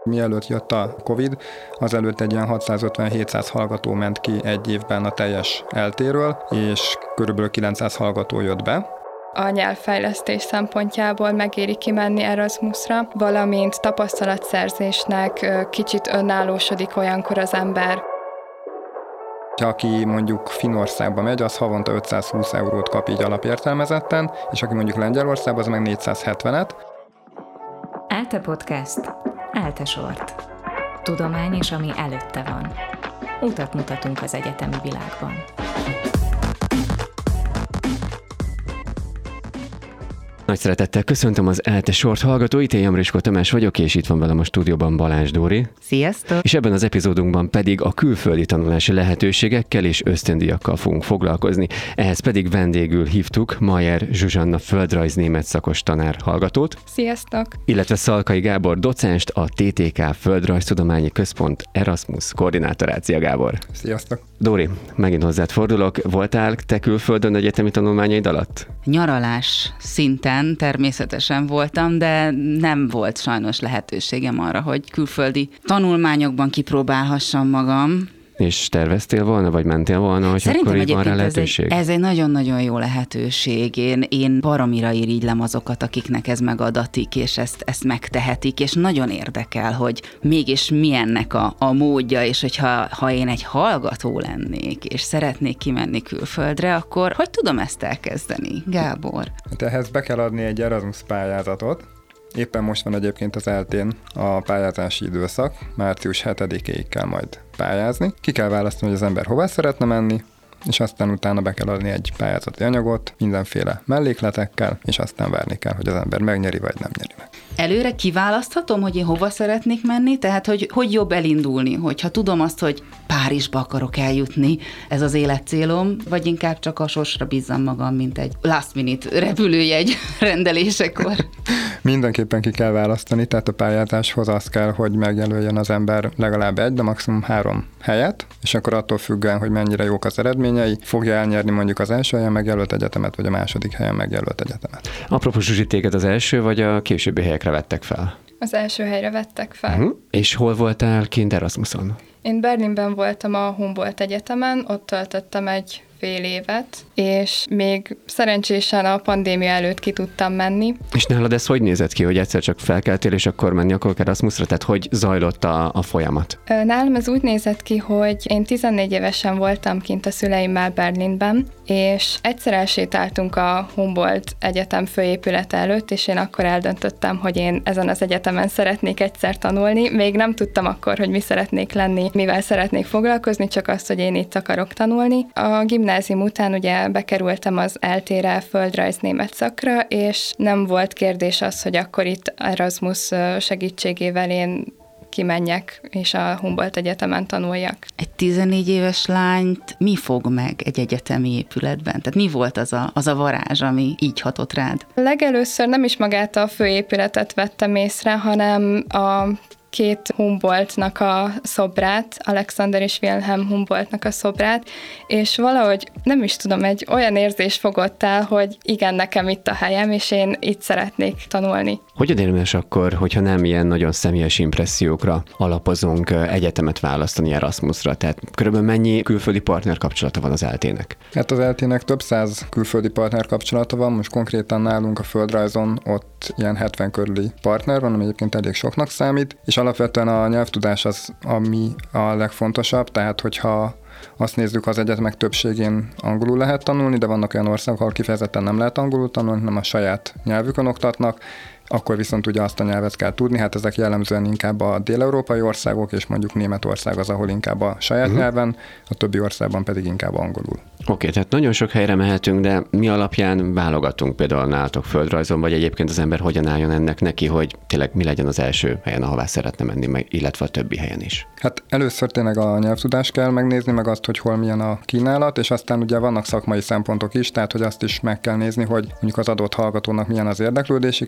Mielőtt jött a Covid, azelőtt egy ilyen 650-700 hallgató ment ki egy évben a teljes eltéről, és körülbelül 900 hallgató jött be. A nyelvfejlesztés szempontjából megéri kimenni Erasmusra, valamint tapasztalatszerzésnek kicsit önállósodik olyankor az ember. Aki mondjuk Finnországba megy, az havonta 520 eurót kap így alapértelmezetten, és aki mondjuk Lengyelországba, az meg 470-et. ELTE Podcast. ELTE Sort. Tudomány és ami előtte van. Utat mutatunk az egyetemi világban. Nagy szeretettel köszöntöm az ELTE Sort hallgatóit, én Jamriskó Tamás vagyok, és itt van velem a stúdióban Balázs Dóri. Sziasztok! És ebben az epizódunkban pedig a külföldi tanulási lehetőségekkel és ösztöndíjakkal fogunk foglalkozni. Ehhez pedig vendégül hívtuk Mayer Zsuzsanna földrajznémet szakos tanár hallgatót. Sziasztok! Illetve Szalkai Gábor docenst, a TTK Földrajztudományi Központ Erasmus koordinátorát. Szia Gábor! Sziasztok! Dóri, megint hozzád fordulok. Voltál te külföldön egyetemi tanulmányaid alatt? Nyaralás szinten természetesen voltam, de nem volt sajnos lehetőségem arra, hogy külföldi tanulmányokban kipróbálhassam magam. És terveztél volna, vagy mentél volna, hogy Szerintem akkor így van rá egyébként lehetőség? ez egy nagyon-nagyon jó lehetőség. Én baromira irigylem azokat, akiknek ez megadatik, és ezt megtehetik, és nagyon érdekel, hogy mégis milyennek a módja, és hogyha én egy hallgató lennék, és szeretnék kimenni külföldre, akkor hogy tudom ezt elkezdeni, Gábor? Hát ehhez be kell adni egy Erasmus pályázatot. Éppen most van egyébként az ELTE-n a pályázási időszak, március 7-ig kell majd pályázni. Ki kell választani, hogy az ember hova szeretne menni, és aztán utána be kell adni egy pályázati anyagot, mindenféle mellékletekkel, és aztán várni kell, hogy az ember megnyeri, vagy nem nyeri meg. Előre kiválaszthatom, hogy én hova szeretnék menni, tehát hogy jobb elindulni, hogyha tudom azt, hogy Párizsba akarok eljutni, ez az életcélom, vagy inkább csak a sorsra bízzam magam, mint egy last minute repülőjegy rendelésekor. Mindenképpen ki kell választani, tehát a pályázáshoz az kell, hogy megjelöljen az ember legalább egy, de maximum 3 helyet, és akkor attól függően, hogy mennyire jók az eredményei, fogja elnyerni mondjuk az első helyen megjelölt egyetemet, vagy a második helyen megjelölt egyetemet. Apropó Zsuzsi, téged az első vagy a későbbi helyekre vettek fel? Az első helyre vettek fel. És hol voltál kint Erasmuson? Én Berlinben voltam a Humboldt Egyetemen, ott töltöttem egy fél évet, és még szerencsésen a pandémia előtt ki tudtam menni. És nálad ez hogy nézett ki, hogy egyszer csak felkeltél, és akkor menni akarok Erasmusra? Tehát hogy zajlott a folyamat? Nálam ez úgy nézett ki, hogy én 14 évesen voltam kint a szüleimmel Berlinben, és egyszer elsétáltunk a Humboldt Egyetem főépülete előtt, és én akkor eldöntöttem, hogy én ezen az egyetemen szeretnék egyszer tanulni. Még nem tudtam akkor, hogy mi szeretnék lenni, mivel szeretnék foglalkozni, csak azt, hogy én itt akarok tanulni. A gimnázium után ugye bekerültem az ELTE-re földrajznémet szakra, és nem volt kérdés az, hogy akkor itt Erasmus segítségével én kimenjek, és a Humboldt Egyetemen tanuljak. Egy 14 éves lányt mi fog meg egy egyetemi épületben? Tehát mi volt az a varázs, ami így hatott rád? Legelőször nem is magát a főépületet vettem észre, hanem a 2 Humboldtnak a szobrát, Alexander és Wilhelm Humboldtnak a szobrát, és valahogy nem is tudom, egy olyan érzés fogott el, hogy igen, nekem itt a helyem, és én itt szeretnék tanulni. Hogyan érdemes akkor, hogyha nem ilyen nagyon személyes impressziókra alapozunk egyetemet választani Erasmusra? Tehát körülbelül mennyi külföldi partner kapcsolata van az ELTE-nek? Hát az ELTE-nek több száz külföldi partner kapcsolata van, most konkrétan nálunk a földrajzon ott ilyen 70 körüli partner van, ami egyébként elég soknak számít, és alapvetően a nyelvtudás az, ami a legfontosabb, tehát hogyha azt nézzük, az egyetemek többségén angolul lehet tanulni, de vannak olyan országok, ahol kifejezetten nem lehet angolul tanulni, hanem a saját nyelvükön oktatnak, akkor viszont ugye azt a nyelvet kell tudni, hát ezek jellemzően inkább a dél-európai országok, és mondjuk Németország az, ahol inkább a saját nyelven, a többi országban pedig inkább angolul. Oké, tehát nagyon sok helyre mehetünk, de mi alapján válogatunk például nálatok földrajzon, vagy egyébként az ember hogyan álljon ennek neki, hogy tényleg mi legyen az első helyen, ahová szeretne menni, meg, illetve a többi helyen is? Hát először tényleg a nyelvtudást kell megnézni, meg azt, hogy hol milyen a kínálat, és aztán ugye vannak szakmai szempontok is, tehát hogy azt is meg kell nézni, hogy mondjuk az adott hallgatónak milyen az érdeklődési köre, és hogy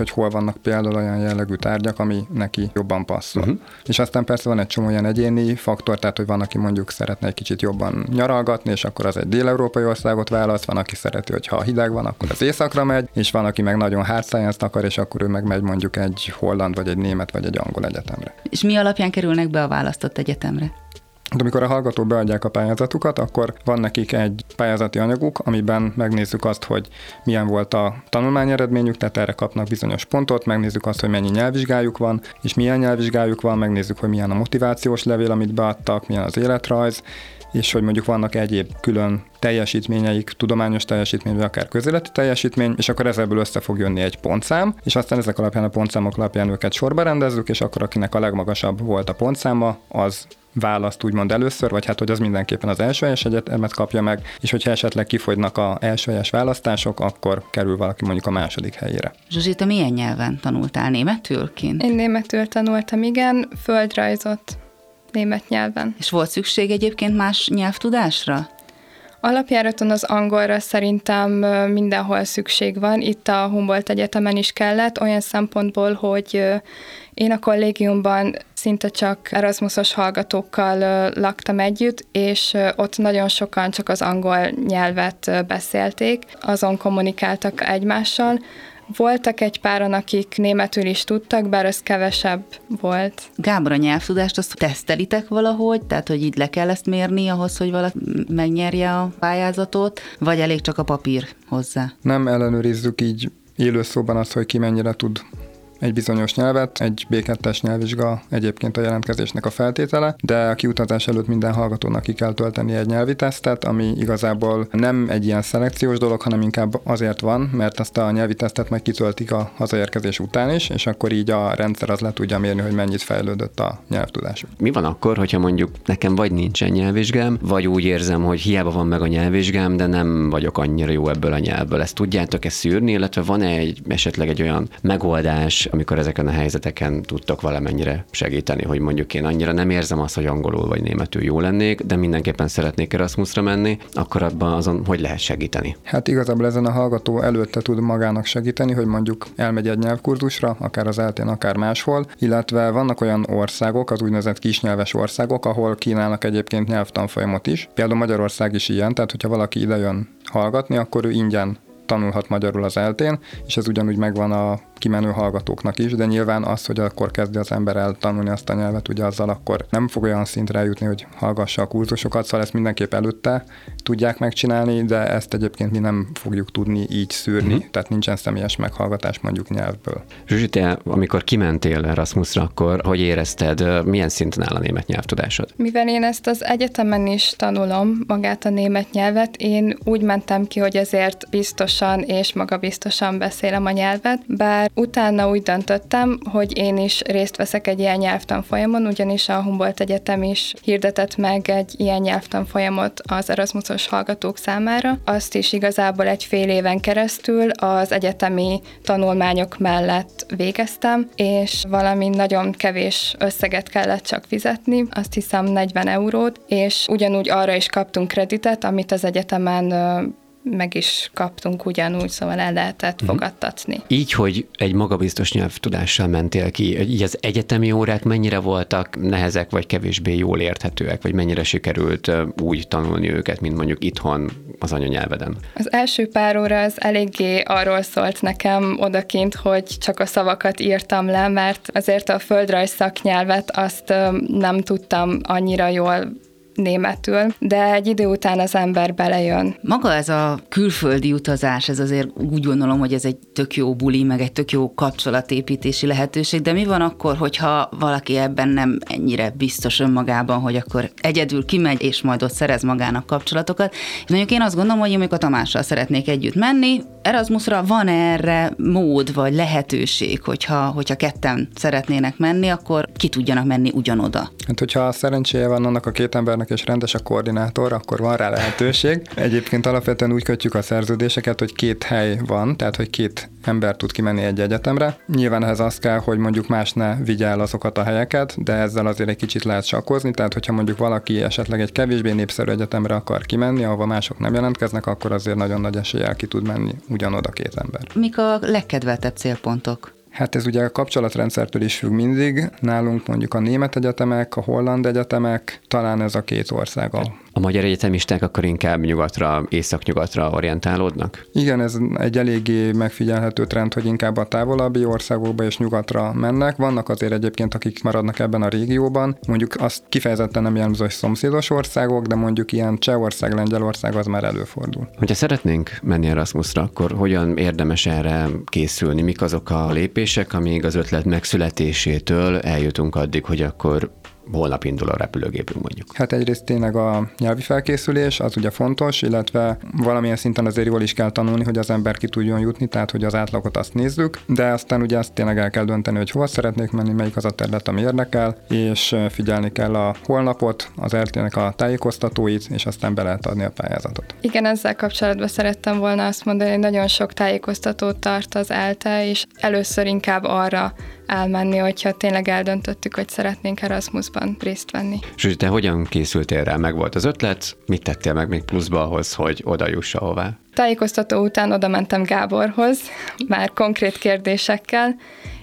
hogy hol vannak például olyan jellegű tárgyak, ami neki jobban passzol. És aztán persze van egy csomó olyan egyéni faktor, tehát hogy van, aki mondjuk szeretne egy kicsit jobban nyaralgatni, és akkor az egy dél-európai országot választ, van, aki szereti, hogy ha hideg van, akkor az északra megy, és van, aki meg nagyon hard science-t akar, és akkor ő meg megy mondjuk egy holland, vagy egy német, vagy egy angol egyetemre. És mi alapján kerülnek be a választott egyetemre? De amikor a hallgatók beadják a pályázatukat, akkor van nekik egy pályázati anyaguk, amiben megnézzük azt, hogy milyen volt a tanulmányeredményük, tehát erre kapnak bizonyos pontot, megnézzük azt, hogy mennyi nyelvvizsgájuk van, és milyen nyelvvizsgájuk van, megnézzük, hogy milyen a motivációs levél, amit beadtak, milyen az életrajz, és hogy mondjuk vannak egyéb külön teljesítményeik, tudományos teljesítmény, vagy akár közéleti teljesítmény, és akkor ezekből össze fog jönni egy pontszám, és aztán ezek alapján, a pontszámok alapján őket sorba rendezzük, és akkor akinek a legmagasabb volt a pontszáma, az választ úgymond először, vagy hát, hogy az mindenképpen az első helyes egyetemet kapja meg, és hogyha esetleg kifogynak az első helyes választások, akkor kerül valaki mondjuk a második helyére. Zsuzsi, te milyen nyelven tanultál? Németül kint? Én németül tanultam, igen, földrajzot német nyelven. És volt szükség egyébként más nyelvtudásra? Alapjáraton az angolra szerintem mindenhol szükség van, itt a Humboldt Egyetemen is kellett, olyan szempontból, hogy én a kollégiumban szinte csak Erasmusos hallgatókkal laktam együtt, és ott nagyon sokan csak az angol nyelvet beszélték, azon kommunikáltak egymással. Voltak egy páran, akik németül is tudtak, bár ez kevesebb volt. Gábor, a nyelvtudást azt tesztelitek valahogy? Tehát, hogy így le kell ezt mérni ahhoz, hogy valaki megnyerje a pályázatot, vagy elég csak a papír hozzá? Nem ellenőrizzük így élő szóban azt, hogy ki mennyire tud egy bizonyos nyelvet, egy B2-es nyelvvizsga egyébként a jelentkezésnek a feltétele, de a kiutazás előtt minden hallgatónak ki kell tölteni egy nyelvi tesztet, ami igazából nem egy ilyen szelekciós dolog, hanem inkább azért van, mert azt a nyelvi tesztet meg kitöltik a hazaérkezés után is, és akkor így a rendszer az le tudja mérni, hogy mennyit fejlődött a nyelvtudásuk. Mi van akkor, hogyha mondjuk nekem vagy nincsen nyelvvizsgám, vagy úgy érzem, hogy hiába van meg a nyelvvizsgám, de nem vagyok annyira jó ebből a nyelvből. Ezt tudjátok-e szűrni, illetve van-e esetleg egy olyan megoldás, amikor ezeken a helyzeteken tudtok valamennyire segíteni, hogy mondjuk én annyira nem érzem azt, hogy angolul vagy németül jó lennék, de mindenképpen szeretnék Erasmusra menni, akkor abban azon hogy lehet segíteni? Hát igazából ezen a hallgató előtte tud magának segíteni, hogy mondjuk elmegy egy nyelvkurzusra, akár az ELTE-n, akár máshol, illetve vannak olyan országok, az úgynevezett kisnyelves országok, ahol kínálnak egyébként nyelvtanfolyamot is. Például Magyarország is ilyen, tehát hogyha valaki idejön hallgatni, akkor ő ingyen tanulhat magyarul az ELTE-n, és ez ugyanúgy megvan a kimenő hallgatóknak is, de nyilván az, hogy akkor kezdi az ember el tanulni azt a nyelvet, ugye azzal akkor nem fog olyan szintre eljutni, hogy hallgassa a kurzusokat, szóval ezt mindenképp előtte tudják megcsinálni, de ezt egyébként mi nem fogjuk tudni így szűrni, tehát nincsen személyes meghallgatás mondjuk nyelvből. Zsuzsi, te amikor kimentél Erasmusra, akkor hogy érezted, milyen szinten áll a német nyelvtudásod? Mivel én ezt az egyetemen is tanulom, magát a német nyelvet, én úgy mentem ki, hogy ezért biztosan és magabiztosan beszélem a nyelvet, bár utána úgy döntöttem, hogy én is részt veszek egy ilyen nyelvtanfolyamon, ugyanis a Humboldt Egyetem is hirdetett meg egy ilyen nyelvtanfolyamot az Erasmusos hallgatók számára. Azt is igazából egy fél éven keresztül az egyetemi tanulmányok mellett végeztem, és valami nagyon kevés összeget kellett csak fizetni, azt hiszem 40 eurót, és ugyanúgy arra is kaptunk kreditet, amit az egyetemen meg is kaptunk ugyanúgy, szóval el lehetett fogadtatni. Így, hogy egy magabiztos nyelvtudással mentél ki, így az egyetemi órák mennyire voltak nehezek, vagy kevésbé jól érthetőek, vagy mennyire sikerült úgy tanulni őket, mint mondjuk itthon az anyanyelveden? Az első pár óra az eléggé arról szólt nekem odakint, hogy csak a szavakat írtam le, mert azért a földrajz szaknyelvet azt nem tudtam annyira jól németül, de egy idő után az ember belejön. Maga ez a külföldi utazás, ez azért úgy gondolom, hogy ez egy tök jó buli, meg egy tök jó kapcsolatépítési lehetőség, de mi van akkor, hogyha valaki ebben nem ennyire biztos önmagában, hogy akkor egyedül kimegy, és majd ott szerez magának kapcsolatokat. És mondjuk én azt gondolom, hogy amikor Tamással szeretnék együtt menni, Erasmusra van erre mód, vagy lehetőség, hogyha ketten szeretnének menni, akkor ki tudjanak menni ugyanoda? Hát, hogyha szerencséje van annak a két embernek, és rendes a koordinátor, akkor van rá lehetőség. Egyébként alapvetően úgy kötjük a szerződéseket, hogy 2 hely van, tehát hogy 2 ember tud kimenni egy egyetemre. Nyilván ehhez az kell, hogy mondjuk más ne vigye el azokat a helyeket, de ezzel azért egy kicsit lehet sakkozni, tehát hogyha mondjuk valaki esetleg egy kevésbé népszerű egyetemre akar kimenni, ahova mások nem jelentkeznek, akkor azért nagyon nagy eséllyel ki tud menni ugyanoda 2 ember. Mik a legkedveltebb célpontok? Hát ez ugye a kapcsolatrendszertől is függ mindig. Nálunk mondjuk a német egyetemek, a holland egyetemek, talán ez a két ország. A magyar egyetemisták akkor inkább nyugatra, északnyugatra orientálódnak? Igen, ez egy eléggé megfigyelhető trend, hogy inkább a távolabbi országokba és nyugatra mennek. Vannak azért egyébként, akik maradnak ebben a régióban. Mondjuk azt kifejezetten nem jellemző, hogy szomszédos országok, de mondjuk ilyen Csehország, Lengyelország az már előfordul. Hogyha szeretnénk menni Erasmusra, akkor hogyan érdemes erre készülni? Mik azok a lépések, amíg az ötlet megszületésétől eljutunk addig, hogy akkor holnap indul a repülőgépünk mondjuk? Hát egyrészt tényleg a nyelvi felkészülés, az ugye fontos, illetve valamilyen szinten azért jól is kell tanulni, hogy az ember ki tudjon jutni, tehát hogy az átlagot azt nézzük, de aztán ugye azt tényleg el kell dönteni, hogy hova szeretnék menni, melyik az a terület, ami érdekel, és figyelni kell a honlapot, az ELTE-nek a tájékoztatóit, és aztán be lehet adni a pályázatot. Igen, ezzel kapcsolatban szerettem volna azt mondani, hogy nagyon sok tájékoztatót tart az ELTE, és először inkább arra elmenni, hogyha tényleg eldöntöttük, hogy szeretnénk Erasmusban részt venni. Zsuzsi, te hogyan készültél rá? Meg volt az ötlet? Mit tettél meg még pluszba ahhoz, hogy oda juss ahová? Tájékoztató után oda mentem Gáborhoz, már konkrét kérdésekkel,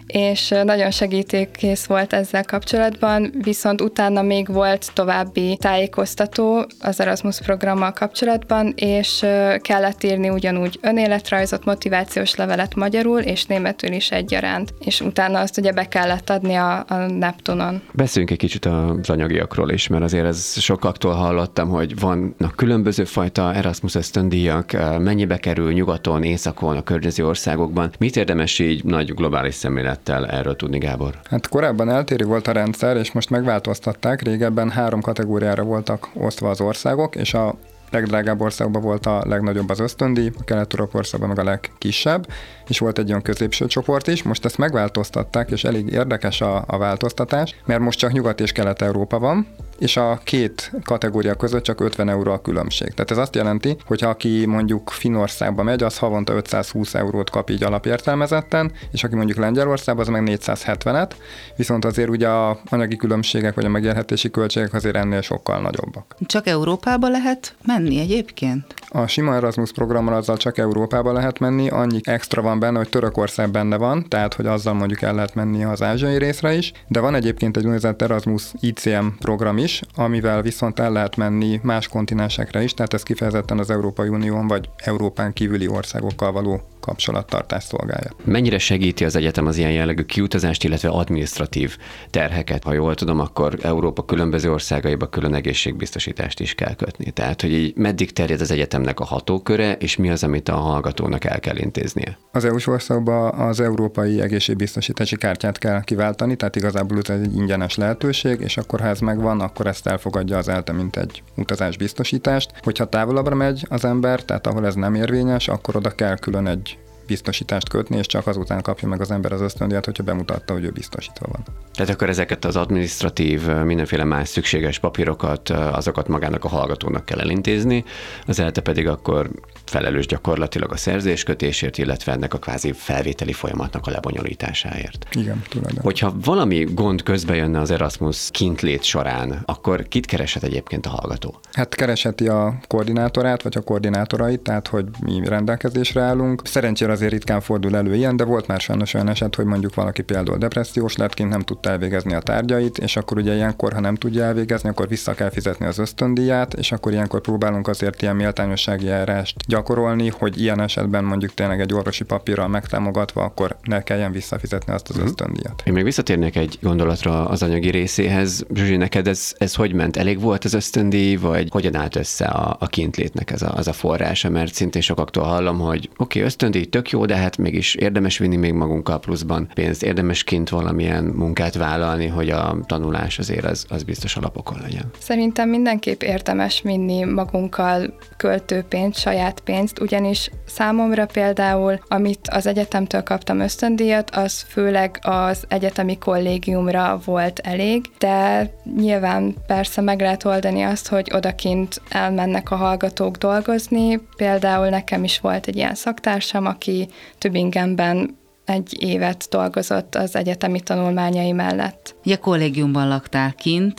és nagyon segítőkész volt ezzel kapcsolatban, viszont utána még volt további tájékoztató az Erasmus programmal kapcsolatban, és kellett írni ugyanúgy önéletrajzot, motivációs levelet magyarul és németül is egyaránt, és utána azt ugye be kellett adni a Neptunon. Beszéljünk egy kicsit az anyagiakról is, mert azért ez sokaktól hallottam, hogy vannak különböző fajta Erasmus ösztöndíjak, mennyibe kerül nyugaton, északon, a környező országokban. Mit érdemes így nagy globális szemlélettel erről tudni, Gábor? Hát korábban eltérő volt a rendszer, és most megváltoztatták. Régebben 3 kategóriára voltak osztva az országok, és a legdrágább országban volt a legnagyobb az ösztöndíj, a kelet-európai országban meg a legkisebb, és volt egy olyan középső csoport is. Most ezt megváltoztatták, és elég érdekes a változtatás, mert most csak Nyugat és Kelet-Európa van, és a két kategória között csak 50 euró a különbség. Tehát ez azt jelenti, hogy ha aki mondjuk Finnországba megy, az havonta 520 eurót kap így alapértelmezetten, és aki mondjuk Lengyelországba, az meg 470-et, viszont azért ugye a anyagi különbségek vagy a megélhetési költségek azért ennél sokkal nagyobbak. Csak Európába lehet menni egyébként? A sima Erasmus programmal azzal csak Európába lehet menni, annyi extra van benne, hogy Törökország benne van, tehát hogy azzal mondjuk el lehet menni az ázsiai részre is, de van egyébként egy úgynevezett Erasmus ICM program is, amivel viszont el lehet menni más kontinensekre is, tehát ez kifejezetten az Európai Unión vagy Európán kívüli országokkal való kapcsolattartást szolgálja. Mennyire segíti az egyetem az ilyen jellegű kiutazást, illetve adminisztratív terheket? Ha jól tudom, akkor Európa különböző országaiba külön egészségbiztosítást is kell kötni. Tehát, hogy így meddig terjed az egyetemnek a hatóköre, és mi az, amit a hallgatónak el kell intéznie? Az EU-s országban az európai egészségbiztosítási kártyát kell kiváltani, tehát igazából ez egy ingyenes lehetőség, és akkor ha ez megvan, akkor ezt elfogadja az ELTE, mint egy utazásbiztosítást. Hogyha távolabbra megy az ember, tehát ahol ez nem érvényes, akkor oda kell külön egy biztosítást kötni, és csak azután kapja meg az ember az ösztöndíjat, hogyha bemutatta, hogy ő biztosítva van. Tehát akkor ezeket az adminisztratív, mindenféle más szükséges papírokat, azokat magának a hallgatónak kell elintézni, az ELTE pedig akkor felelős gyakorlatilag a szerződéskötésért, illetve ennek a kvázi felvételi folyamatnak a lebonyolításáért. Igen, tulajdonképpen. Hogyha valami gond közbe jönne az Erasmus kintlét során, akkor kit kereshet egyébként a hallgató? Hát keresheti a koordinátorát, vagy a koordinátorait, tehát hogy mi rendelkezésre állunk. Szerencsére azért ritkán fordul elő ilyen, de volt már sajnos olyan eset, hogy mondjuk valaki például depressziós lett kint, nem tudta elvégezni a tárgyait, és akkor ugye ilyenkor, ha nem tudja elvégezni, akkor vissza kell fizetni az ösztöndíjat, és akkor ilyenkor próbálunk azért ilyen méltányossági eljárást gyakorolni, hogy ilyen esetben mondjuk tényleg egy orvosi papírral megtámogatva, akkor ne kelljen visszafizetni azt az ösztöndíjat. Én még visszatérnék egy gondolatra az anyagi részéhez. Zsuzsi, neked ez hogy ment? Elég volt az ösztöndíj, vagy hogyan állt össze a kintlétnek ez a forrása? Mert szintén sokaktól hallom, hogy oké, ösztöndíj tök jó, de hát mégis érdemes vinni még magunkkal pluszban pénzt, érdemes kint valamilyen munkát vállalni, hogy a tanulás azért az biztos alapokon legyen. Szerintem mindenképp érdemes vinni magunkkal költőpénzt, saját pénzt, ugyanis számomra például, amit az egyetemtől kaptam ösztöndíjat, az főleg az egyetemi kollégiumra volt elég, de nyilván persze meg lehet oldani azt, hogy odakint elmennek a hallgatók dolgozni. Például nekem is volt egy ilyen szaktársam, aki Tübingenben 1 évet dolgozott az egyetemi tanulmányai mellett. Ja, kollégiumban laktál kint,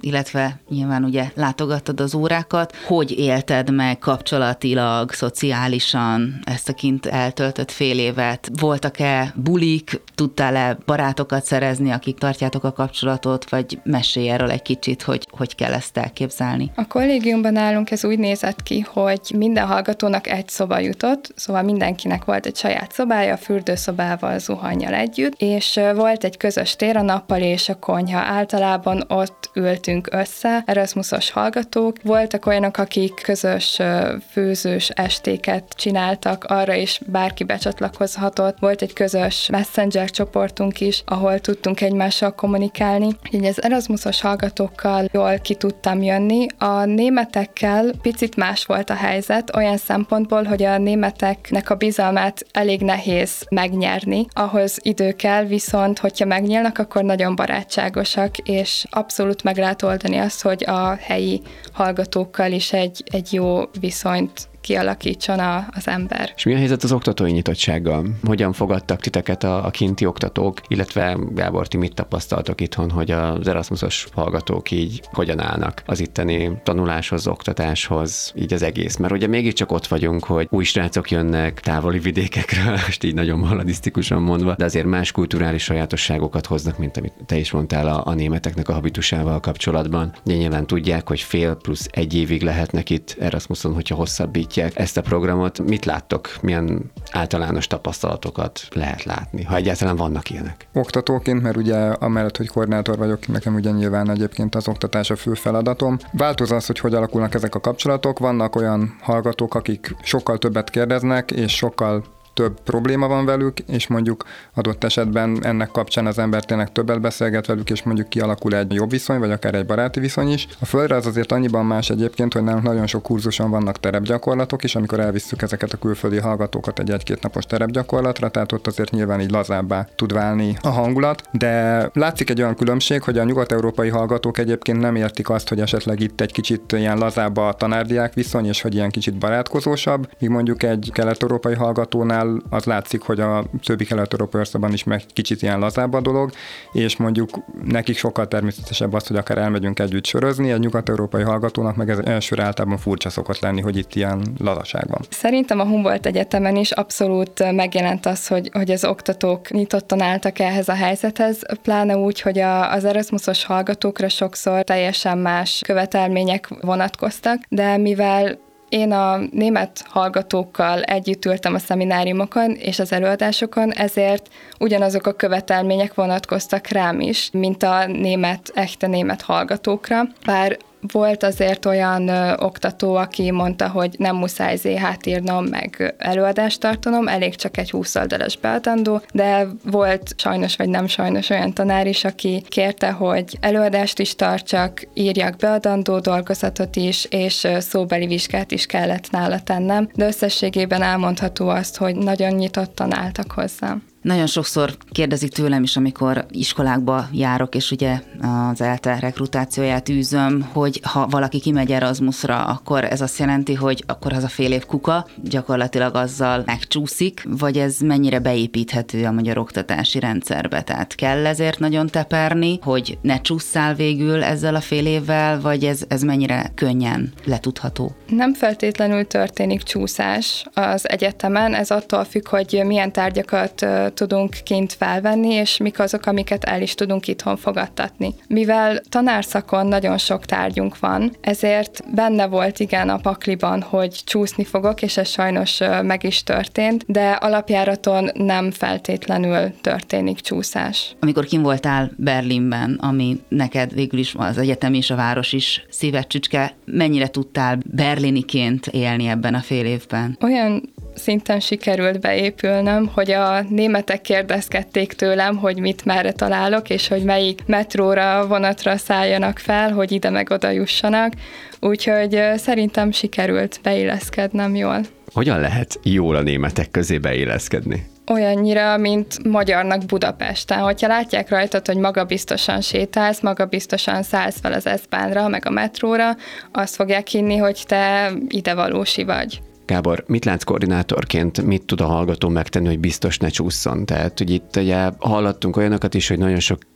illetve nyilván ugye látogattad az órákat. Hogy élted meg kapcsolatilag, szociálisan ezt a kint eltöltött fél évet? Voltak-e bulik? Tudtál-e barátokat szerezni, akik tartjátok a kapcsolatot, vagy mesélj erről egy kicsit, hogy kell ezt elképzelni? A kollégiumban nálunk ez úgy nézett ki, hogy minden hallgatónak egy szoba jutott, szóval mindenkinek volt egy saját szobája, fürdőszobával, zuhannyal együtt, és volt egy közös tér, a nappali és a konyha. Általában ott ültünk össze, Erasmusos hallgatók. Voltak olyanok, akik közös főzős estéket csináltak, arra is bárki becsatlakozhatott. Volt egy közös Messenger csoportunk is, ahol tudtunk egymással kommunikálni. Így az Erasmusos hallgatókkal jól ki tudtam jönni. A németekkel picit más volt a helyzet, olyan szempontból, hogy a németeknek a bizalmát elég nehéz megnyerni. Ahhoz idő kell, viszont hogyha megnyílnak, akkor nagyon barátságosak, és abszolút meg lehet oldani azt, hogy a helyi hallgatókkal is egy jó viszonyt kialakítson az ember. És mi a helyzet az oktatói nyitottsággal? Hogyan fogadtak titeket a kinti oktatók, illetve Gábor, ti mit tapasztaltok itthon, hogy az Erasmusos hallgatók így hogyan állnak az itteni tanuláshoz, oktatáshoz, így az egész? Mert ugye mégiscsak ott vagyunk, hogy új srácok jönnek távoli vidékekről, most így nagyon maladisztikusan mondva, de azért más kulturális sajátosságokat hoznak, mint amit te is mondtál a németeknek a habitusával kapcsolatban. De nyilván tudják, hogy fél plusz egy évig lehetnek itt Erasmuson, hogyha hosszabbítják ezt a programot. Mit láttok? Milyen általános tapasztalatokat lehet látni, ha egyáltalán vannak ilyenek? Oktatóként, mert ugye amellett, hogy koordinátor vagyok, nekem ugye nyilván egyébként az oktatás a fő feladatom. Változó az, hogy alakulnak ezek a kapcsolatok. Vannak olyan hallgatók, akik sokkal többet kérdeznek, és sokkal több probléma van velük, és mondjuk adott esetben ennek kapcsán az ember tényleg többet beszélget velük, és mondjuk kialakul egy jobb viszony, vagy akár egy baráti viszony is. A földre az azért annyiban más egyébként, hogy nálunk nagyon sok kurzuson vannak terepgyakorlatok is, amikor elvisszük ezeket a külföldi hallgatókat egy-két napos terepgyakorlatra, tehát ott azért nyilván így lazábbá tud válni a hangulat, de látszik egy olyan különbség, hogy a nyugat-európai hallgatók egyébként nem értik azt, hogy esetleg itt egy kicsit ilyen lazább a tanárdiák viszony, és hogy ilyen kicsit barátkozósabb, míg mondjuk egy kelet-európai hallgatónál az látszik, hogy a többi kelet-európai országban is meg kicsit ilyen lazább a dolog, és mondjuk nekik sokkal természetesebb az, hogy akár elmegyünk együtt sörözni, egy nyugat-európai hallgatónak meg ez elsőre általában furcsa szokott lenni, hogy itt ilyen lazaság van. Szerintem a Humboldt Egyetemen is abszolút megjelent az, hogy az oktatók nyitottan álltak ehhez a helyzethez, pláne úgy, hogy az Erasmusos hallgatókra sokszor teljesen más követelmények vonatkoztak, de mivel én a német hallgatókkal együtt ültem a szemináriumokon és az előadásokon, ezért ugyanazok a követelmények vonatkoztak rám is, mint a echte német hallgatókra. Bár volt azért olyan oktató, aki mondta, hogy nem muszáj ZH-t írnom, meg előadást tartanom, elég csak egy 20 oldalas beadandó, de volt sajnos vagy nem sajnos olyan tanár is, aki kérte, hogy előadást is tartsak, írjak beadandó dolgozatot is, és szóbeli vizsgát is kellett nála tennem, de összességében elmondható azt, hogy nagyon nyitottan álltak hozzám. Nagyon sokszor kérdezik tőlem is, amikor iskolákba járok, és ugye az ELTE rekrutációját űzöm, hogy ha valaki kimegy Erasmusra, akkor ez azt jelenti, hogy akkor az a fél év kuka, gyakorlatilag azzal megcsúszik, vagy ez mennyire beépíthető a magyar oktatási rendszerbe? Tehát kell ezért nagyon teperni, hogy ne csússzál végül ezzel a fél évvel, vagy ez mennyire könnyen letudható? Nem feltétlenül történik csúszás az egyetemen, ez attól függ, hogy milyen tárgyakat tudunk kint felvenni, és mik azok, amiket el is tudunk itthon fogadtatni. Mivel tanárszakon nagyon sok tárgyunk van, ezért benne volt igen a pakliban, hogy csúszni fogok, és ez sajnos meg is történt, de alapjáraton nem feltétlenül történik csúszás. Amikor kim voltál Berlinben, ami neked végül is az egyetem és a város is szívecsücske, mennyire tudtál berliniként élni ebben a fél évben? Olyan szinten sikerült beépülnöm, hogy a németek kérdezgették tőlem, hogy mit merre találok, és hogy melyik metróra, vonatra szálljanak fel, hogy ide meg oda jussanak. Úgyhogy szerintem sikerült beilleszkednem jól. Hogyan lehet jól a németek közé beilleszkedni? Olyannyira, mint magyarnak Budapesten. Hogyha látják rajtad, hogy magabiztosan sétálsz, magabiztosan szállsz fel az S-Bahnra, meg a metróra, azt fogják hinni, hogy te idevalósi vagy. Gábor, mit látsz koordinátorként, mit tud a hallgató megtenni, hogy biztos ne csúszson? Tehát, hogy itt ugye hallottunk olyanokat is, hogy nagyon sok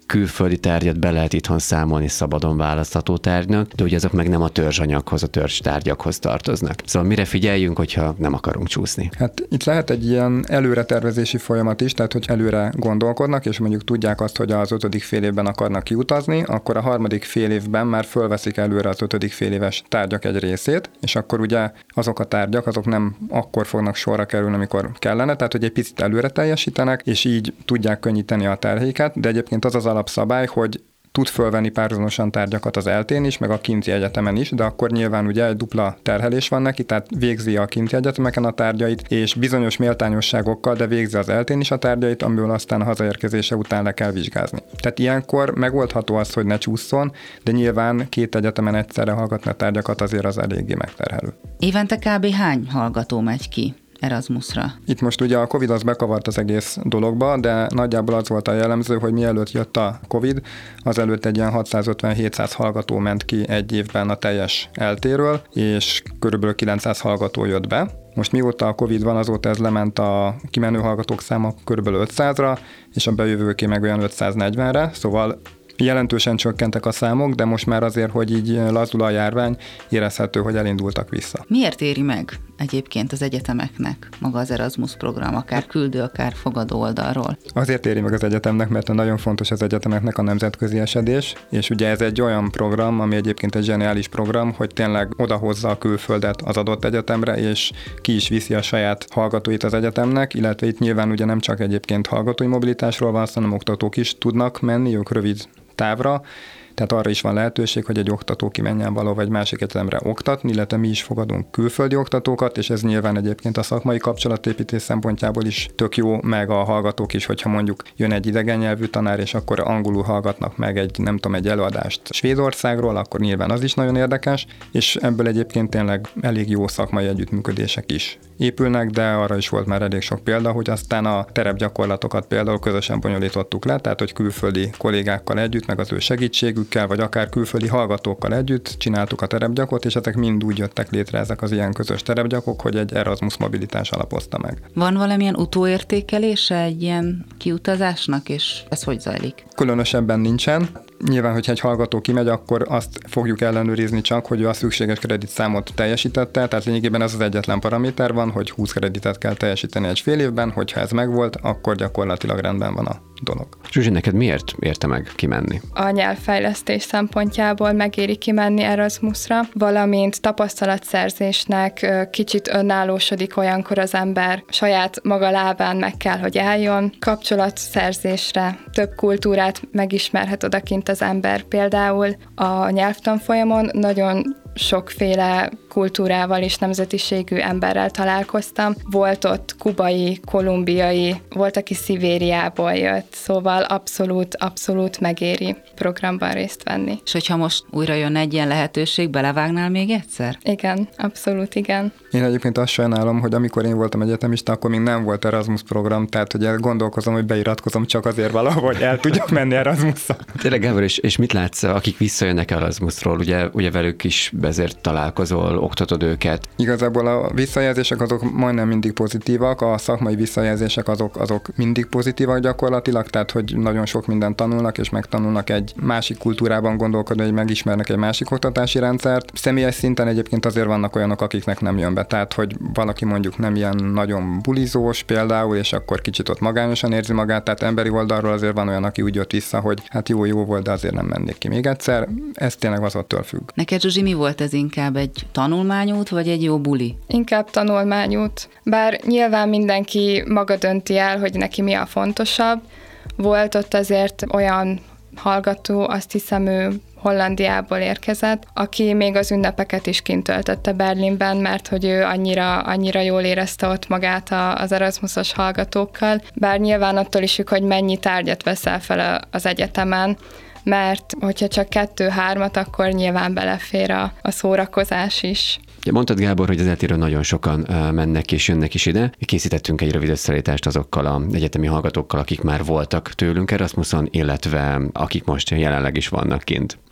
külföldi tárgyat be lehet itthon számolni szabadon választható tárgynak, de ugye azok meg nem a törzsanyaghoz, a törzstárgyakhoz tartoznak. Szóval mire figyeljünk, hogyha nem akarunk csúszni? Hát itt lehet egy ilyen előretervezési folyamat is, tehát hogy előre gondolkodnak, és mondjuk tudják azt, hogy az 5. fél évben akarnak kiutazni, akkor a 3. fél évben már fölveszik előre az 5. fél éves tárgyak egy részét, és akkor ugye azok a tárgyak, azok nem akkor fognak sorra kerülni, amikor kellene, tehát hogy egy picit előre teljesítenek, és így tudják könnyíteni a terhéket, de egyébként az alapszabály, hogy tud fölvenni párhuzamosan tárgyakat az eltén is, meg a kinti egyetemen is, de akkor nyilván ugye egy dupla terhelés van neki, tehát végzi a kinti egyetemeken a tárgyait, és bizonyos méltányosságokkal, de végzi az eltén is a tárgyait, amiből aztán a hazaérkezése után le kell vizsgázni. Tehát ilyenkor megoldható az, hogy ne csúszson, de nyilván 2 egyetemen egyszerre hallgatni a tárgyakat azért az eléggé megterhelő. Évente kb. Hány hallgató megy ki Erasmusra? Itt most ugye a Covid az bekavart az egész dologba, de nagyjából az volt a jellemző, hogy mielőtt jött a Covid, azelőtt egy ilyen 650-700 hallgató ment ki egy évben a teljes eltéről, és körülbelül 900 hallgató jött be. Most mióta a Covid van, azóta ez lement a kimenő hallgatók száma körülbelül 500-ra, és a bejövőké meg olyan 540-re, szóval jelentősen csökkentek a számok, de most már azért, hogy így lazul a járvány, érezhető, hogy elindultak vissza. Miért éri meg egyébként az egyetemeknek maga az Erasmus program, akár küldő, akár fogadó oldalról? Azért éri meg az egyetemnek, mert nagyon fontos az egyetemeknek a nemzetközi esedés, és ugye ez egy olyan program, ami egyébként egy zseniális program, hogy tényleg odahozza a külföldet az adott egyetemre, és ki is viszi a saját hallgatóit az egyetemnek, illetve itt nyilván ugye nem csak egyébként hallgatói mobilitásról van, hanem oktatók is tudnak menni, ők rövid távra, tehát arra is van lehetőség, hogy egy oktató kimenjen valahova egy másik egyetemre oktatni, illetve mi is fogadunk külföldi oktatókat, és ez nyilván egyébként a szakmai kapcsolatépítés szempontjából is tök jó, meg a hallgatók is, hogyha mondjuk jön egy idegen nyelvű tanár, és akkor angolul hallgatnak meg egy előadást Svédországról, akkor nyilván az is nagyon érdekes, és ebből egyébként tényleg elég jó szakmai együttműködések is épülnek, de arra is volt már elég sok példa, hogy aztán a terepgyakorlatokat például közösen bonyolítottuk le, tehát hogy külföldi kollégákkal együtt, meg az ő segítségükkel, vagy akár külföldi hallgatókkal együtt csináltuk a terepgyakot, és ezek mind úgy jöttek létre ezek az ilyen közös terepgyakok, hogy egy Erasmus mobilitás alapozta meg. Van valamilyen utóértékelése egy ilyen kiutazásnak, és ez hogy zajlik? Különösebben nincsen. Nyilván, hogyha egy hallgató kimegy, akkor azt fogjuk ellenőrizni csak, hogy ő a szükséges kreditszámot teljesítette, tehát lényegében ez az egyetlen paraméter van, hogy 20 kreditet kell teljesíteni egy fél évben, hogyha ez megvolt, akkor gyakorlatilag rendben van a dolog. Zsuzsi, neked miért érte meg kimenni? A nyelvfejlesztés szempontjából megéri kimenni Erasmusra, valamint tapasztalatszerzésnek kicsit önállósodik olyankor az ember, saját maga lábán meg kell, hogy álljon, kapcsolatszerzésre, több kultúrát megismerhet odakint az ember. Például a nyelvtanfolyamon nagyon sokféle kultúrával és nemzetiségű emberrel találkoztam. Volt ott kubai, kolumbiai, volt, aki Szibériából jött, szóval abszolút megéri programban részt venni. És hogyha most újra jön egy ilyen lehetőség, belevágnál még egyszer? Igen, abszolút igen. Én egyébként azt sajnálom, hogy amikor én voltam egyetemista, akkor még nem volt Erasmus program, tehát hogy gondolkozom, hogy beiratkozom csak azért valahogy el tudjak menni Erasmusra. Tényleg, Gábor, és mit látsz, akik visszajönnek Erasmusról, ugye velük is ezért találkozol, oktatod őket? Igazából a visszajelzések azok majdnem mindig pozitívak, a szakmai visszajelzések azok mindig pozitívak gyakorlatilag, tehát hogy nagyon sok mindent tanulnak, és megtanulnak egy másik kultúrában gondolkodni, hogy megismernek egy másik oktatási rendszert. Személyes szinten egyébként azért vannak olyanok, akiknek nem jön be, tehát hogy valaki mondjuk nem ilyen nagyon bulizós például, és akkor kicsit ott magányosan érzi magát, tehát emberi oldalról azért van olyan, aki úgy jött vissza, hogy hát jó volt, de azért nem mennék ki még egyszer. Ez tényleg az attól függ. Neked, Zsuzsi, mi volt ez inkább egy tanulmányút, vagy egy jó buli? Inkább tanulmányút. Bár nyilván mindenki maga dönti el, hogy neki mi a fontosabb. Volt ott azért olyan hallgató, azt hiszem ő Hollandiából érkezett, aki még az ünnepeket is kint töltötte Berlinben, mert hogy ő annyira jól érezte ott magát az Erasmusos hallgatókkal. Bár nyilván attól is függ, hogy mennyi tárgyat veszel fel az egyetemen, mert hogyha csak 2-3, akkor nyilván belefér a szórakozás is. Mondtad, Gábor, hogy az eltéről nagyon sokan mennek és jönnek is ide. Készítettünk egy rövid összeállítást azokkal az egyetemi hallgatókkal, akik már voltak tőlünk Erasmuson, illetve akik most jelenleg is vannak kint.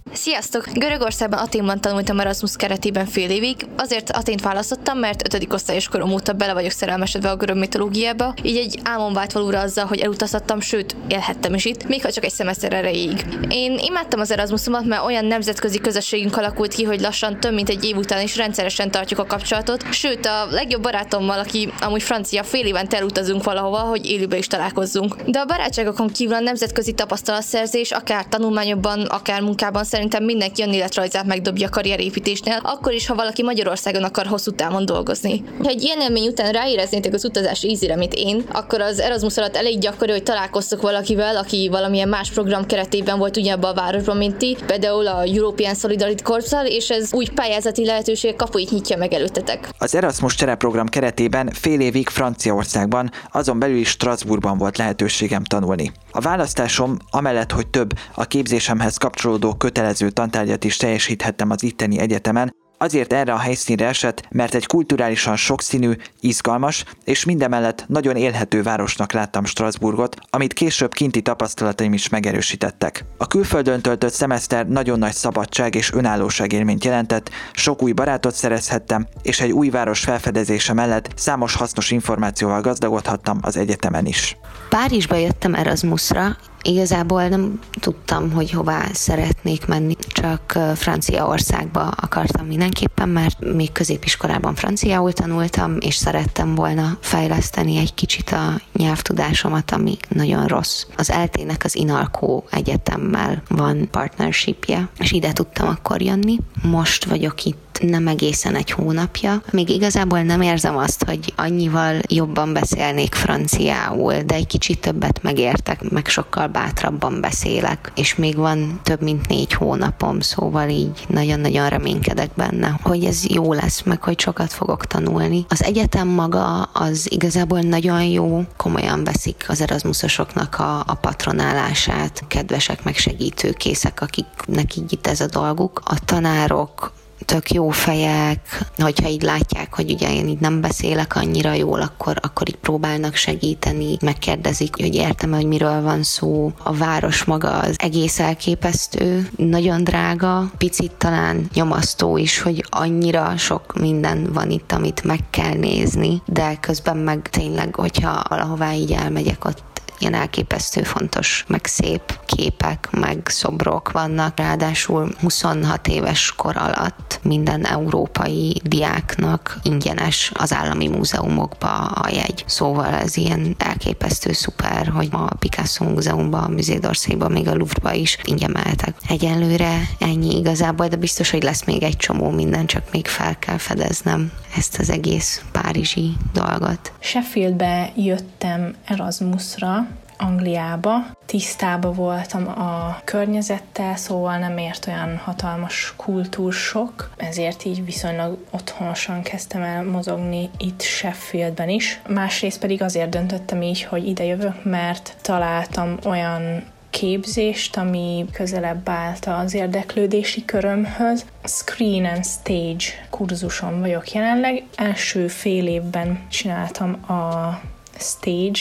Sziasztok! Görögországban, Athénban tanultam Erasmus keretében fél évig. Azért Athént választottam, mert 5. osztályos korom óta bele vagyok szerelmesedve a görög mitológiába, így egy álmom vált valóra azzal, hogy elutazhattam, sőt, élhettem is itt, még ha csak egy szemeszter erejéig. Én imádtam az Erasmusomat, mert olyan nemzetközi közösségünk alakult ki, hogy lassan több mint egy év után is rendszeresen tartjuk a kapcsolatot, sőt, a legjobb barátommal, aki amúgy francia, fél évente elutazunk valahova, hogy élőben is találkozzunk. De a barátságokon kívül a nemzetközi tapasztalatszerzés, akár tanulmányokban, akár munkában szerintem mindenki a életrajzát megdobja a karrierépítésnél, akkor is, ha valaki Magyarországon akar hosszú távon dolgozni. Ha egy ilyen élmény után ráéreznétek az utazás ízére, mint én, akkor az Erasmus alatt elég gyakori, hogy találkoztok valakivel, aki valamilyen más program keretében volt ugyanabban a városban, mint ti, például a European Solidarity Corps-szal, és ez úgy pályázati lehetőség kapuit nyitja meg előttetek. Az Erasmus csereprogram keretében fél évig Franciaországban, azon belül is Strasbourgban volt lehetőségem tanulni. A választásom amellett, hogy több a képzésemhez kapcsolódó kötelező tantárgyat is teljesíthettem az itteni egyetemen, azért erre a helyszínre esett, mert egy kulturálisan sokszínű, izgalmas és mindemellett nagyon élhető városnak láttam Strasbourgot, amit később kinti tapasztalataim is megerősítettek. A külföldön töltött szemeszter nagyon nagy szabadság és önállóság élményt jelentett, sok új barátot szerezhettem, és egy új város felfedezése mellett számos hasznos információval gazdagodhattam az egyetemen is. Párizsba jöttem Erasmusra. Igazából nem tudtam, hogy hová szeretnék menni, csak Franciaországba akartam mindenképpen, mert még középiskolában franciául tanultam, és szerettem volna fejleszteni egy kicsit a nyelvtudásomat, ami nagyon rossz. Az ELTE-nek az INALCO egyetemmel van partnershipje, és ide tudtam akkor jönni. Most vagyok itt nem egészen egy hónapja. Még igazából nem érzem azt, hogy annyival jobban beszélnék franciául, de egy kicsit többet megértek, meg sokkal bátrabban beszélek, és még van több mint 4 hónapom, szóval így nagyon-nagyon reménykedek benne, hogy ez jó lesz, meg hogy sokat fogok tanulni. Az egyetem maga az igazából nagyon jó, komolyan veszik az Erasmusosoknak a patronálását, kedvesek, meg segítőkészek, akiknek így itt ez a dolguk. A tanárok tök jó fejek, hogyha így látják, hogy ugye én így nem beszélek annyira jól, akkor így próbálnak segíteni, megkérdezik, hogy értem-e, hogy miről van szó. A város maga az egész elképesztő, nagyon drága, picit talán nyomasztó is, hogy annyira sok minden van itt, amit meg kell nézni, de közben meg tényleg, hogyha valahová így elmegyek, ott ilyen elképesztő fontos, meg szép képek, meg szobrok vannak. Ráadásul 26 éves kor alatt minden európai diáknak ingyenes az állami múzeumokba a jegy. Szóval ez ilyen elképesztő szuper, hogy a Picasso múzeumban, a Musée d'Orsayban, még a Louvre-ba is ingyen mehetek. Egyelőre ennyi igazából, de biztos, hogy lesz még egy csomó minden, csak még fel kell fedeznem ezt az egész párizsi dolgot. Sheffieldbe jöttem Erasmusra, Angliába. Tisztában voltam a környezettel, szóval nem ért olyan hatalmas kultúrsok, ezért így viszonylag otthonosan kezdtem el mozogni itt Sheffieldben is. Másrészt pedig azért döntöttem így, hogy ide jövök, mert találtam olyan képzést, ami közelebb állt az érdeklődési körömhöz. Screen and Stage kurzuson vagyok jelenleg. Első fél évben csináltam a stage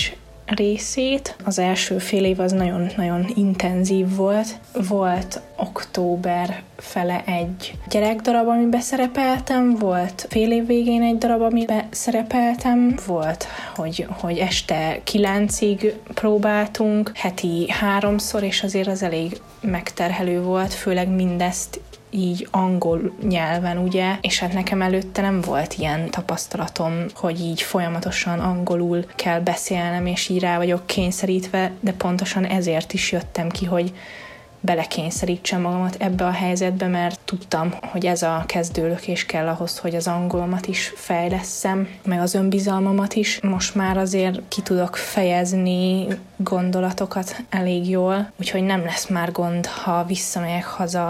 részét. Az első fél év az nagyon-nagyon intenzív volt. Volt október fele egy gyerekdarab, amiben szerepeltem, volt fél év végén egy darab, amiben szerepeltem, volt, hogy este 9-ig próbáltunk, heti 3-szor, és azért az elég megterhelő volt, főleg mindezt így angol nyelven, ugye, és hát nekem előtte nem volt ilyen tapasztalatom, hogy így folyamatosan angolul kell beszélnem, és így rá vagyok kényszerítve, de pontosan ezért is jöttem ki, hogy belekényszerítsem magamat ebbe a helyzetbe, mert tudtam, hogy ez a kezdőlökés kell ahhoz, hogy az angolomat is fejlesszem, meg az önbizalmamat is. Most már azért ki tudok fejezni gondolatokat elég jól, úgyhogy nem lesz már gond, ha visszamegyek haza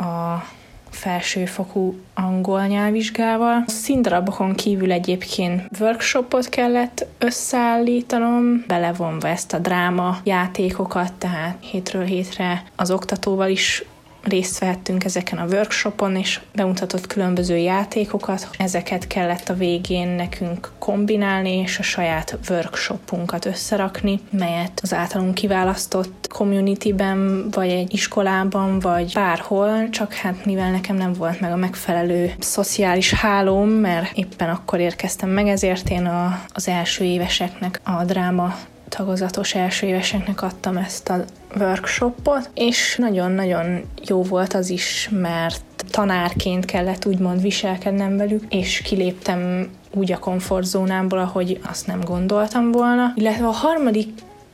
a felsőfokú angol nyelvvizsgával. A színdarabokon kívül egyébként workshopot kellett összeállítanom, belevonva ezt a dráma játékokat, tehát hétről hétre az oktatóval is részt vehettünk ezeken a workshopon, és bemutatott különböző játékokat. Ezeket kellett a végén nekünk kombinálni, és a saját workshopunkat összerakni, melyet az általunk kiválasztott communityben, vagy egy iskolában, vagy bárhol, csak hát mivel nekem nem volt meg a megfelelő szociális hálóm, mert éppen akkor érkeztem meg, ezért én az első éveseknek, a dráma tagozatos első éveseknek adtam ezt a workshopot, és nagyon-nagyon jó volt az is, mert tanárként kellett úgymond viselkednem velük, és kiléptem úgy a komfortzónámból, ahogy azt nem gondoltam volna. Illetve a harmadik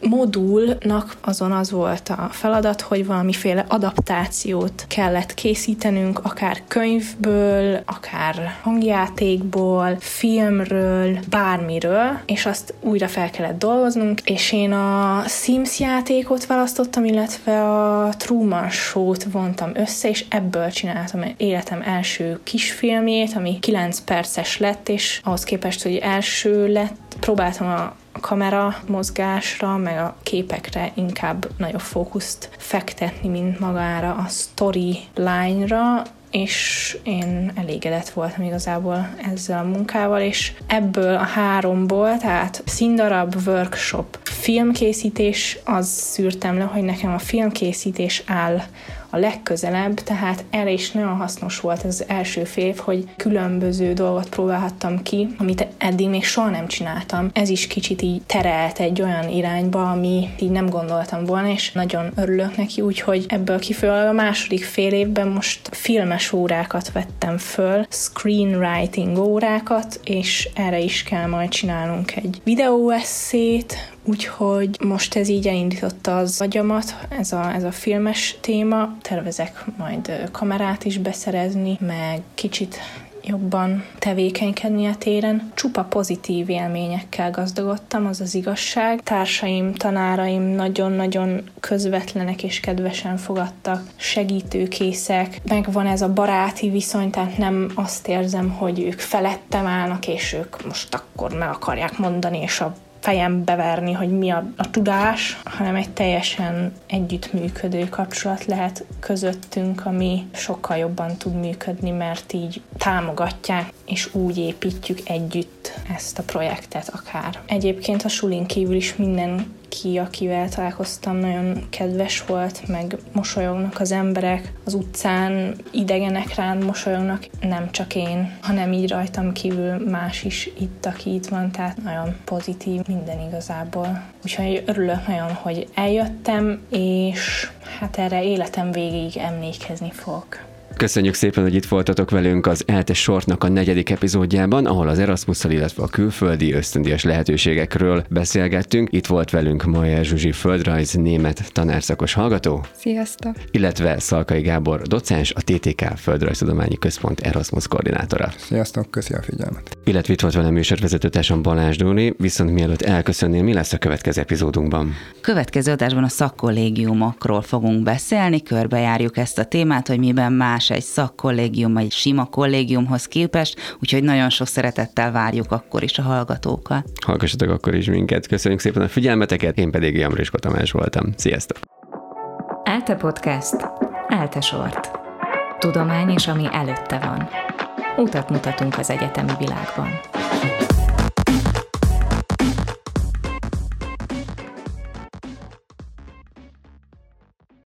modulnak azon az volt a feladat, hogy valamiféle adaptációt kellett készítenünk, akár könyvből, akár hangjátékból, filmről, bármiről, és azt újra fel kellett dolgoznunk, és én a Sims játékot választottam, illetve a Truman Show-t vontam össze, és ebből csináltam életem első kisfilmjét, ami 9 perces lett, és ahhoz képest, hogy első lett, próbáltam a kamera mozgásra, meg a képekre inkább nagyobb fókuszt fektetni, mint magára a storyline-ra, és én elégedett voltam igazából ezzel a munkával, és ebből a 3-ból, tehát színdarab, workshop, filmkészítés, az szűrtem le, hogy nekem a filmkészítés áll a legközelebb, tehát erre is nagyon hasznos volt az első fél év, hogy különböző dolgot próbálhattam ki, amit eddig még soha nem csináltam. Ez is kicsit így terelt egy olyan irányba, ami így nem gondoltam volna, és nagyon örülök neki, úgyhogy ebből kifolyólag a második fél évben most filmes órákat vettem föl, screenwriting órákat, és erre is kell majd csinálnunk egy videóesszét, úgyhogy most ez így elindította az agyamat, ez a filmes téma. Tervezek majd kamerát is beszerezni, meg kicsit jobban tevékenykedni a téren. Csupa pozitív élményekkel gazdagodtam, az az igazság. Társaim, tanáraim nagyon-nagyon közvetlenek és kedvesen fogadtak, segítőkészek. Megvan ez a baráti viszony, tehát nem azt érzem, hogy ők felettem állnak, és ők most akkor meg akarják mondani, és a fejembe verni, hogy mi a tudás, hanem egy teljesen együttműködő kapcsolat lehet közöttünk, ami sokkal jobban tud működni, mert így támogatják, és úgy építjük együtt ezt a projektet akár. Egyébként a sulin kívül is mindenki, akivel találkoztam, nagyon kedves volt, meg mosolyognak az emberek, az utcán idegenek rám mosolyognak, nem csak én, hanem így rajtam kívül más is itt, aki itt van, tehát nagyon pozitív minden igazából. Úgyhogy örülök nagyon, hogy eljöttem, és hát erre életem végig emlékezni fogok. Köszönjük szépen, hogy itt voltatok velünk az ELTE Shortnak a 4. epizódjában, ahol az Erasmusszal, illetve a külföldi ösztöndíjas lehetőségekről beszélgettünk. Itt volt velünk Mayer Zsuzsi földrajz német tanárszakos hallgató. Sziasztok! Illetve Szalkai Gábor docens, a TTK Földrajztudományi Központ Erasmus koordinátora. Sziasztok, köszi a figyelmet! Illetve itt volt velem műsorvezetőtársam Balázs Dóni, viszont mielőtt elköszönnél, mi lesz a következő epizódunkban? Következő adásban a szakkollégiumokról fogunk beszélni, körbejárjuk ezt a témát, hogy miben más egy szakkollégium, egy sima kollégiumhoz képest, úgyhogy nagyon sok szeretettel várjuk akkor is a hallgatókat. Hallgassatok akkor is minket. Köszönjük szépen a figyelmeteket, én pedig Jamrisko Tamás voltam. Sziasztok! ELTE Podcast. ELTE Short. Tudomány és ami előtte van. Utat mutatunk az egyetemi világban.